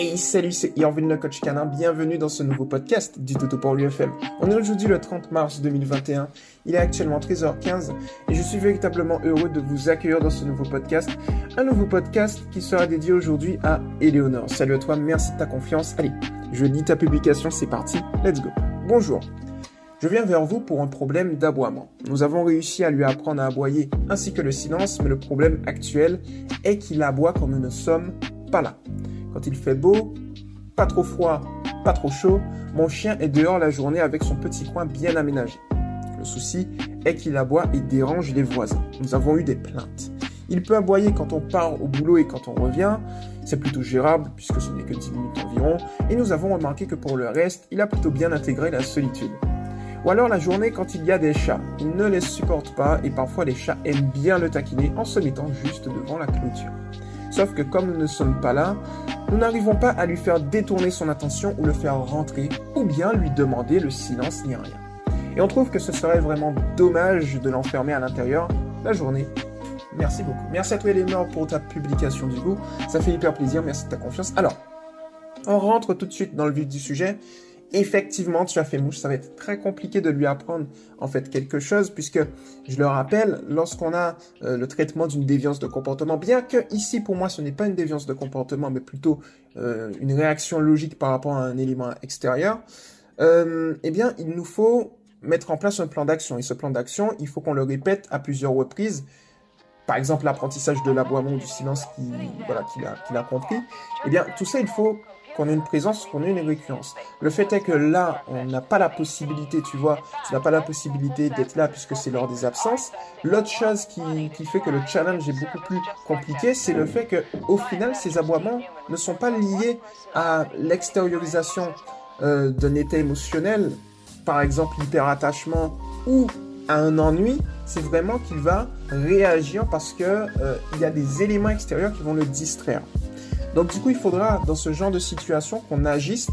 Hey, salut, c'est Irvin le coach canin, bienvenue dans ce nouveau podcast du Toto pour l'UFM. On est aujourd'hui le 30 mars 2021, il est actuellement 13h15 et je suis véritablement heureux de vous accueillir dans ce nouveau podcast. Un nouveau podcast qui sera dédié aujourd'hui à Éléonore. Salut à toi, merci de ta confiance. Allez, je lis ta publication, c'est parti, let's go. Bonjour. Je viens vers vous pour un problème d'aboiement. Nous avons réussi à lui apprendre à aboyer ainsi que le silence, mais le problème actuel est qu'il aboie quand nous ne sommes pas là. Quand il fait beau, pas trop froid, pas trop chaud, mon chien est dehors la journée avec son petit coin bien aménagé. Le souci est qu'il aboie et dérange les voisins. Nous avons eu des plaintes. Il peut aboyer quand on part au boulot et quand on revient. C'est plutôt gérable puisque ce n'est que 10 minutes environ. Et nous avons remarqué que pour le reste, il a plutôt bien intégré la solitude. Ou alors la journée quand il y a des chats. Il ne les supporte pas et parfois les chats aiment bien le taquiner en se mettant juste devant la clôture. Sauf que comme nous ne sommes pas là, nous n'arrivons pas à lui faire détourner son attention ou le faire rentrer ou bien lui demander le silence ni rien. Et on trouve que ce serait vraiment dommage de l'enfermer à l'intérieur la journée. Merci beaucoup. Merci à toi Éléonore pour ta publication du coup. Ça fait hyper plaisir, merci de ta confiance. Alors, on rentre tout de suite dans le vif du sujet. Effectivement, tu as fait mouche, ça va être très compliqué de lui apprendre en fait quelque chose puisque, je le rappelle, lorsqu'on a le traitement d'une déviance de comportement, bien que ici pour moi ce n'est pas une déviance de comportement mais plutôt une réaction logique par rapport à un élément extérieur, eh bien il nous faut mettre en place un plan d'action et ce plan d'action, il faut qu'on le répète à plusieurs reprises. Par exemple, l'apprentissage de l'aboiement ou du silence qu'il a compris, eh bien tout ça il faut qu'on ait une présence, qu'on ait une récurrence. Le fait est que là, on n'a pas la possibilité, tu n'as pas la possibilité d'être là puisque c'est lors des absences. L'autre chose qui fait que le challenge est beaucoup plus compliqué, c'est le fait que, au final, ces aboiements ne sont pas liés à l'extériorisation d'un état émotionnel, par exemple l'hyperattachement ou à un ennui. C'est vraiment qu'il va réagir parce que il y a des éléments extérieurs qui vont le distraire. Donc du coup, il faudra dans ce genre de situation qu'on agisse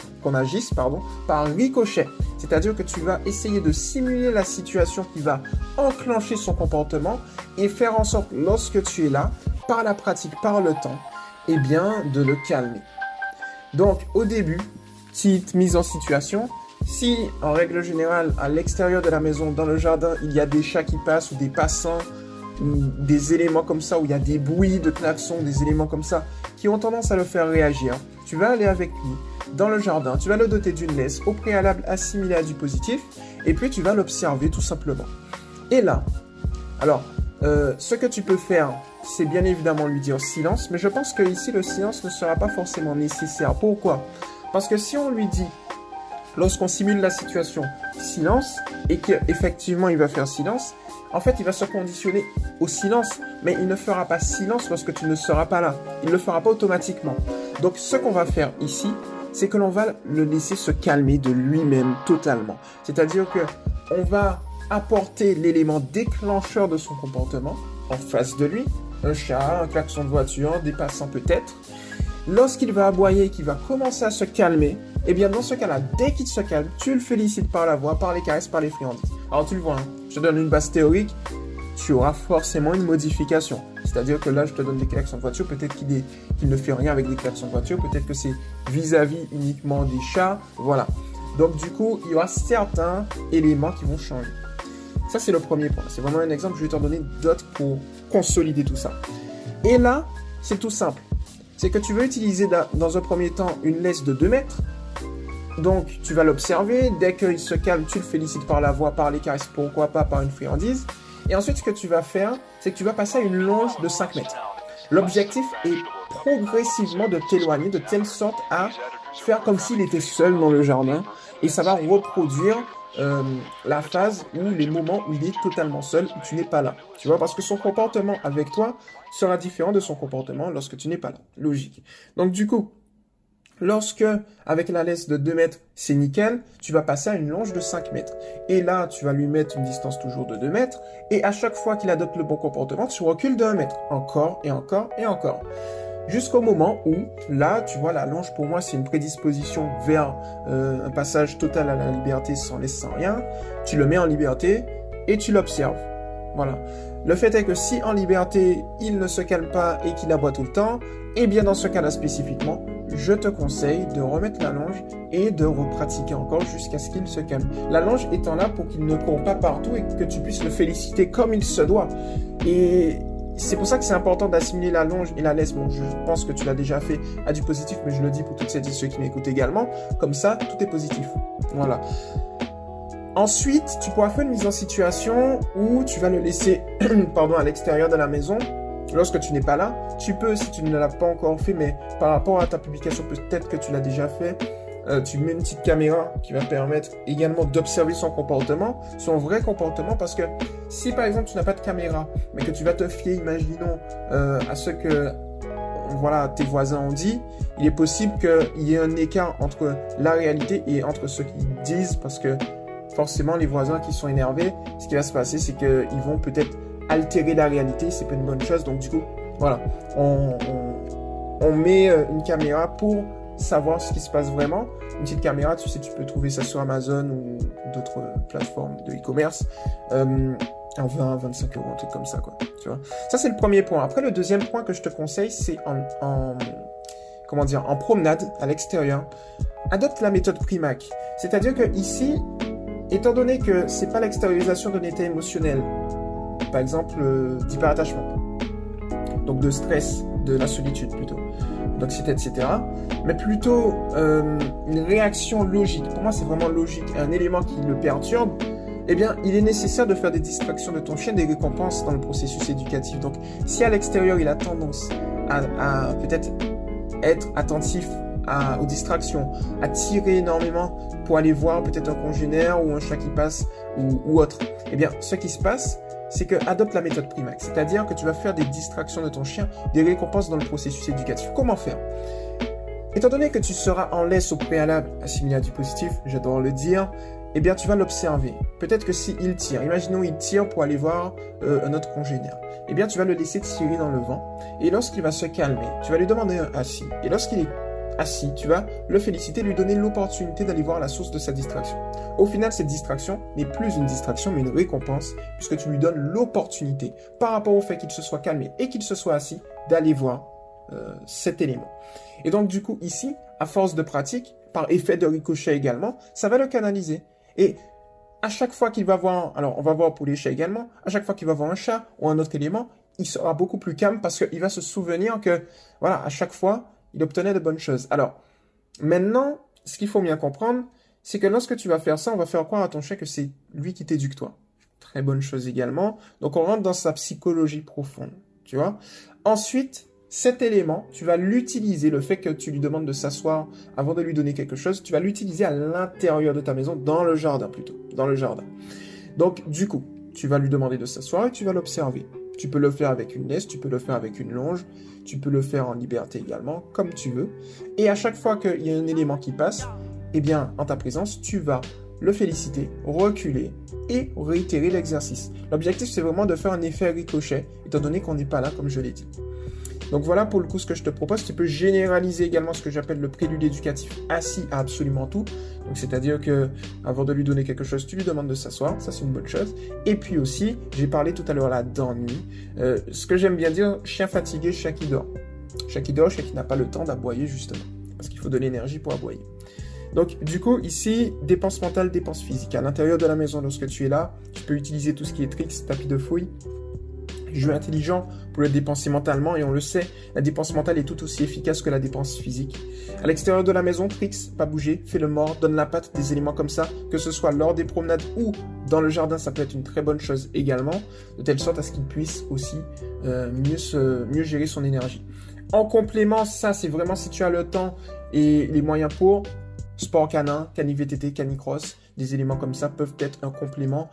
par ricochet. C'est-à-dire que tu vas essayer de simuler la situation qui va enclencher son comportement et faire en sorte, lorsque tu es là, par la pratique, par le temps, eh bien, de le calmer. Donc au début, petite mise en situation. Si, en règle générale, à l'extérieur de la maison, dans le jardin, il y a des chats qui passent ou des passants, des éléments comme ça, où il y a des bruits de klaxons, des éléments comme ça, qui ont tendance à le faire réagir, tu vas aller avec lui dans le jardin, tu vas le doter d'une laisse au préalable assimilée à du positif, et puis tu vas l'observer tout simplement. Et là, alors, ce que tu peux faire, c'est bien évidemment lui dire silence, mais je pense que ici le silence ne sera pas forcément nécessaire. Pourquoi ? Parce que si on lui dit, lorsqu'on simule la situation, silence, et qu'effectivement il va faire silence, en fait, il va se conditionner au silence, mais il ne fera pas silence lorsque tu ne seras pas là. Il ne le fera pas automatiquement. Donc, ce qu'on va faire ici, c'est que l'on va le laisser se calmer de lui-même totalement. C'est-à-dire que on va apporter l'élément déclencheur de son comportement en face de lui, un chat, un klaxon de voiture, des passants peut-être. Lorsqu'il va aboyer, qu'il va commencer à se calmer, eh bien dans ce cas-là, dès qu'il se calme, tu le félicites par la voix, par les caresses, par les friandises. Alors tu le vois, hein, je te donne une base théorique, tu auras forcément une modification. C'est-à-dire que là, je te donne des klaxons de voiture, peut-être qu'il ne fait rien avec des klaxons de voiture, peut-être que c'est vis-à-vis uniquement des chats, voilà. Donc du coup, il y aura certains éléments qui vont changer. Ça, c'est le premier point. C'est vraiment un exemple, je vais t'en donner d'autres pour consolider tout ça. Et là, c'est tout simple. C'est que tu veux utiliser dans un premier temps une laisse de 2 mètres. Donc, tu vas l'observer. Dès qu'il se calme, tu le félicites par la voix, par les caresses, pourquoi pas par une friandise. Et ensuite, ce que tu vas faire, c'est que tu vas passer à une longe de 5 mètres. L'objectif est progressivement de t'éloigner de telle sorte à faire comme s'il était seul dans le jardin. Et ça va reproduire la phase ou les moments où il est totalement seul, où tu n'es pas là. Tu vois, parce que son comportement avec toi sera différent de son comportement lorsque tu n'es pas là. Logique. Donc du coup, lorsque, avec la laisse de 2 mètres, c'est nickel, tu vas passer à une longe de 5 mètres. Et là, tu vas lui mettre une distance toujours de 2 mètres. Et à chaque fois qu'il adopte le bon comportement, tu recules de 1 mètre. Encore et encore et encore. Jusqu'au moment où, là, tu vois, la longe, pour moi, c'est une prédisposition vers un passage total à la liberté sans laisse, sans rien. Tu le mets en liberté et tu l'observes. Voilà. Le fait est que si en liberté, il ne se calme pas et qu'il aboie tout le temps, eh bien dans ce cas-là spécifiquement, je te conseille de remettre la longe et de repratiquer encore jusqu'à ce qu'il se calme. La longe étant là pour qu'il ne court pas partout et que tu puisses le féliciter comme il se doit. Et c'est pour ça que c'est important d'assimiler la longe et la laisse. Bon, je pense que tu l'as déjà fait à du positif, mais je le dis pour toutes celles et ceux qui m'écoutent également. Comme ça, tout est positif. Voilà. Ensuite, tu pourras faire une mise en situation où tu vas le laisser à l'extérieur de la maison. Lorsque tu n'es pas là, tu peux, si tu ne l'as pas encore fait, mais par rapport à ta publication, peut-être que tu l'as déjà fait, tu mets une petite caméra qui va permettre également d'observer son comportement, son vrai comportement, parce que si par exemple tu n'as pas de caméra, mais que tu vas te fier, imaginons, à ce que tes voisins ont dit, il est possible qu'il y ait un écart entre la réalité et entre ce qu'ils disent, parce que forcément les voisins qui sont énervés, ce qui va se passer, c'est qu'ils vont peut-être altérer la réalité, c'est pas une bonne chose. Donc du coup, voilà, on met une caméra pour savoir ce qui se passe vraiment. Une petite caméra, tu sais, tu peux trouver ça sur Amazon ou d'autres plateformes de e-commerce en 20, 25 euros, un truc comme ça, quoi. Tu vois. Ça, c'est le premier point. Après, le deuxième point que je te conseille, c'est en promenade à l'extérieur. Adopte la méthode Premack. C'est-à-dire que ici, étant donné que c'est pas l'extériorisation d'un état émotionnel, par exemple d'hyperattachement, donc de stress, de la solitude plutôt, d'anxiété, etc., mais plutôt une réaction logique. Pour moi, c'est vraiment logique, un élément qui le perturbe. Eh bien, il est nécessaire de faire des distractions de ton chien, des récompenses dans le processus éducatif. Donc, si à l'extérieur, il a tendance à peut-être être attentif aux distractions, à tirer énormément pour aller voir peut-être un congénère ou un chat qui passe ou autre, eh bien, ce qui se passe, c'est que adopte la méthode Premack. C'est-à-dire que tu vas faire des distractions de ton chien, des récompenses dans le processus éducatif. Comment faire? Étant donné que tu seras en laisse au préalable, assimilé à du positif, j'adore le dire, eh bien, tu vas l'observer. Peut-être que s'il tire, imaginons il tire pour aller voir un autre congénère, eh bien, tu vas le laisser tirer dans le vent. Et lorsqu'il va se calmer, tu vas lui demander un assis. Et lorsqu'il est assis, tu vas le féliciter, lui donner l'opportunité d'aller voir la source de sa distraction. Au final, cette distraction n'est plus une distraction, mais une récompense, puisque tu lui donnes l'opportunité, par rapport au fait qu'il se soit calmé et qu'il se soit assis, d'aller voir cet élément. Et donc, du coup, ici, à force de pratique, par effet de ricochet également, ça va le canaliser. Et à chaque fois qu'il va voir, alors on va voir pour les chats également, à chaque fois qu'il va voir un chat ou un autre élément, il sera beaucoup plus calme parce qu'il va se souvenir que, voilà, à chaque fois, il obtenait de bonnes choses. Alors, maintenant, ce qu'il faut bien comprendre, c'est que lorsque tu vas faire ça, on va faire croire à ton chien que c'est lui qui t'éduque toi. Très bonne chose également. Donc, on rentre dans sa psychologie profonde, tu vois. Ensuite, cet élément, tu vas l'utiliser, le fait que tu lui demandes de s'asseoir avant de lui donner quelque chose, tu vas l'utiliser à l'intérieur de ta maison, dans le jardin plutôt, dans le jardin. Donc, du coup, tu vas lui demander de s'asseoir et tu vas l'observer. Tu peux le faire avec une laisse, tu peux le faire avec une longe, tu peux le faire en liberté également, comme tu veux. Et à chaque fois qu'il y a un élément qui passe, eh bien, en ta présence, tu vas le féliciter, reculer et réitérer l'exercice. L'objectif, c'est vraiment de faire un effet ricochet, étant donné qu'on n'est pas là, comme je l'ai dit. Donc voilà pour le coup ce que je te propose. Tu peux généraliser également ce que j'appelle le prélude éducatif assis à absolument tout. Donc c'est-à-dire que avant de lui donner quelque chose, tu lui demandes de s'asseoir. Ça, c'est une bonne chose. Et puis aussi, j'ai parlé tout à l'heure là d'ennui. Ce que j'aime bien dire, chien fatigué, chien qui dort. Chien qui dort, chien qui n'a pas le temps d'aboyer justement. Parce qu'il faut de l'énergie pour aboyer. Donc, du coup, ici, dépense mentale, dépense physique. À l'intérieur de la maison, lorsque tu es là, tu peux utiliser tout ce qui est tricks, tapis de fouille, jeu intelligent pour le dépenser mentalement. Et on le sait, la dépense mentale est tout aussi efficace que la dépense physique. À l'extérieur de la maison, tricks, pas bouger, fais le mort, donne la patte, des éléments comme ça, que ce soit lors des promenades ou dans le jardin, ça peut être une très bonne chose également, de telle sorte à ce qu'il puisse aussi mieux gérer son énergie. En complément, ça, c'est vraiment si tu as le temps et les moyens pour... Sport canin, cani-VTT, canicross, des éléments comme ça peuvent être un complément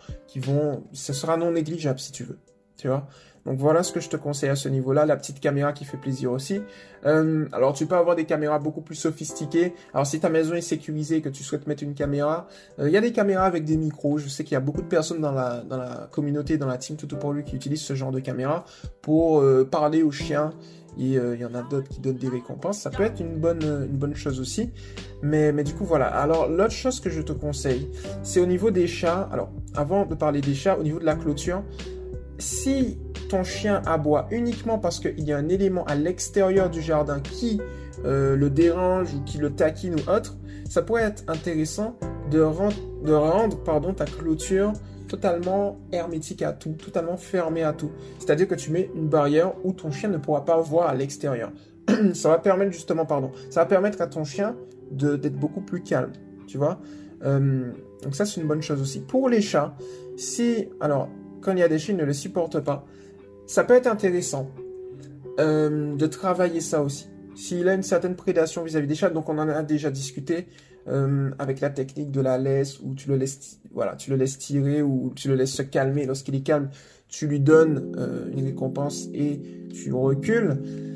ce sera non négligeable si tu veux, tu vois. Donc voilà ce que je te conseille à ce niveau-là, la petite caméra qui fait plaisir aussi. Alors tu peux avoir des caméras beaucoup plus sophistiquées. Alors si ta maison est sécurisée et que tu souhaites mettre une caméra, il y a des caméras avec des micros. Je sais qu'il y a beaucoup de personnes dans la communauté, dans la team Toutou pour lui qui utilisent ce genre de caméra pour parler aux chiens. Et il y en a d'autres qui donnent des récompenses. Ça peut être une bonne chose aussi. Mais du coup, voilà. Alors, l'autre chose que je te conseille, c'est au niveau des chats. Alors, avant de parler des chats, au niveau de la clôture, si ton chien aboie uniquement parce qu'il y a un élément à l'extérieur du jardin qui le dérange ou qui le taquine ou autre, ça pourrait être intéressant de rendre ta clôture totalement hermétique à tout, totalement fermée à tout. C'est-à-dire que tu mets une barrière où ton chien ne pourra pas voir à l'extérieur. Ça va permettre à ton chien d'être beaucoup plus calme, tu vois. Donc ça, c'est une bonne chose aussi. Pour les chats, quand il y a des chiens, ils ne le supportent pas, ça peut être intéressant de travailler ça aussi. S'il a une certaine prédation vis-à-vis des chats, donc on en a déjà discuté avec la technique de la laisse, où tu le laisses tirer ou tu le laisses se calmer. Lorsqu'il est calme, tu lui donnes une récompense et tu recules.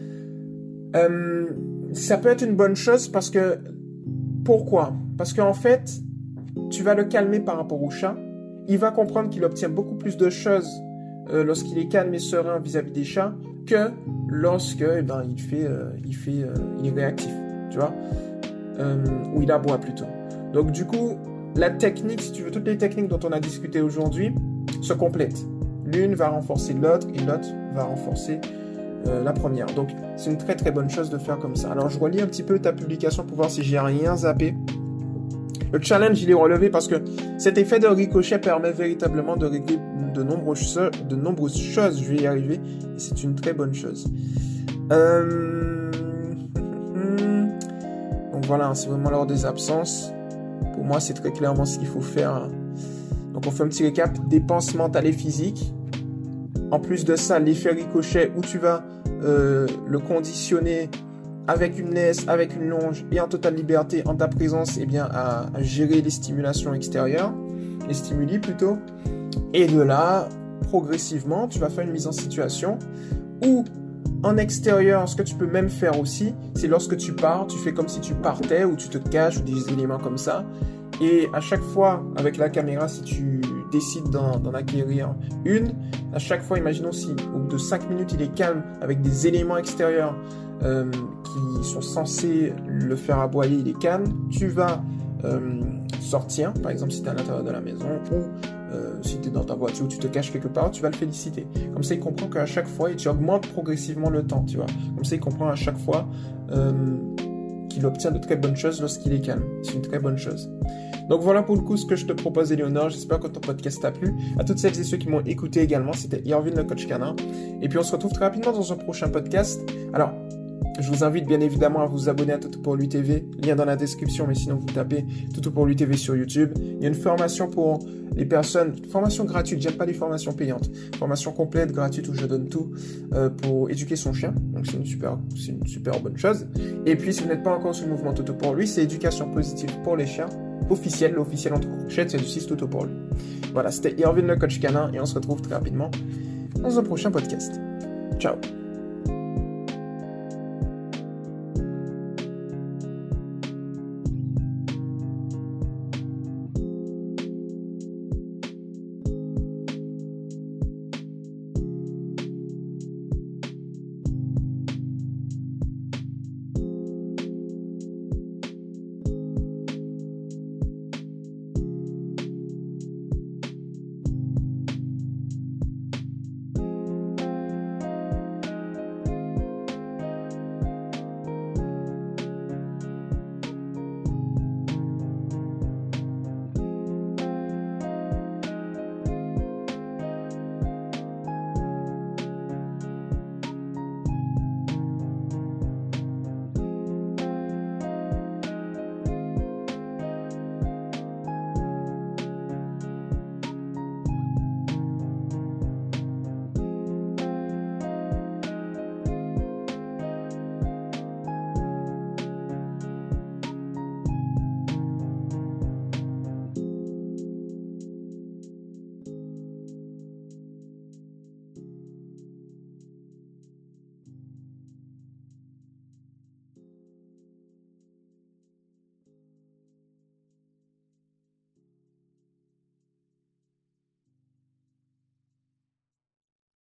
Ça peut être une bonne chose parce que... Pourquoi? Parce qu'en fait, tu vas le calmer par rapport au chat. Il va comprendre qu'il obtient beaucoup plus de choses lorsqu'il est calme et serein vis-à-vis des chats que lorsque il est réactif, tu vois, ou il aboie plutôt. Donc du coup, la technique, si tu veux, toutes les techniques dont on a discuté aujourd'hui se complètent. L'une va renforcer l'autre et l'autre va renforcer la première. Donc c'est une très très bonne chose de faire comme ça. Alors je relis un petit peu ta publication pour voir si j'ai rien zappé. Le challenge, il est relevé parce que cet effet de ricochet permet véritablement de régler de nombreuses choses. Je vais y arriver et c'est une très bonne chose. Donc voilà, c'est vraiment lors des absences. Pour moi, c'est très clairement ce qu'il faut faire. Donc on fait un petit récap. Dépenses mentales et physiques. En plus de ça, l'effet ricochet où tu vas le conditionner avec une laisse, avec une longe et en totale liberté en ta présence, à gérer les stimulations extérieures, les stimuli plutôt. Et de là, progressivement, tu vas faire une mise en situation où en extérieur, ce que tu peux même faire aussi, c'est lorsque tu pars, tu fais comme si tu partais ou tu te caches ou des éléments comme ça. Et à chaque fois, avec la caméra, si tu décides d'en acquérir une, à chaque fois, imaginons si au bout de 5 minutes, il est calme avec des éléments extérieurs qui sont censés le faire aboyer, il est calme, tu vas sortir, par exemple si tu es à l'intérieur de la maison ou si tu es dans ta voiture ou tu te caches quelque part, tu vas le féliciter. Comme ça, il comprend qu'à chaque fois, et tu augmentes progressivement le temps, tu vois. Comme ça, il comprend à chaque fois qu'il obtient de très bonnes choses lorsqu'il est calme. C'est une très bonne chose. Donc voilà pour le coup ce que je te propose, Éléonore. J'espère que ton podcast t'a plu. À toutes celles et ceux qui m'ont écouté également, c'était Irvine le coach canin. Et puis on se retrouve très rapidement dans un prochain podcast. Alors, je vous invite bien évidemment à vous abonner à Toutou pour lui TV, lien dans la description, mais sinon vous tapez Toutou pour lui TV sur YouTube. Il y a une formation pour les personnes, formation gratuite, j'aime pas les formations payantes, formation complète, gratuite où je donne tout pour éduquer son chien, donc c'est une super bonne chose. Et puis si vous n'êtes pas encore sur le mouvement Toutou pour lui, c'est éducation positive pour les chiens, l'officiel entre crochettes, c'est du 6 Toutou pour lui. Voilà, c'était Irvine le coach canin et on se retrouve très rapidement dans un prochain podcast. Ciao.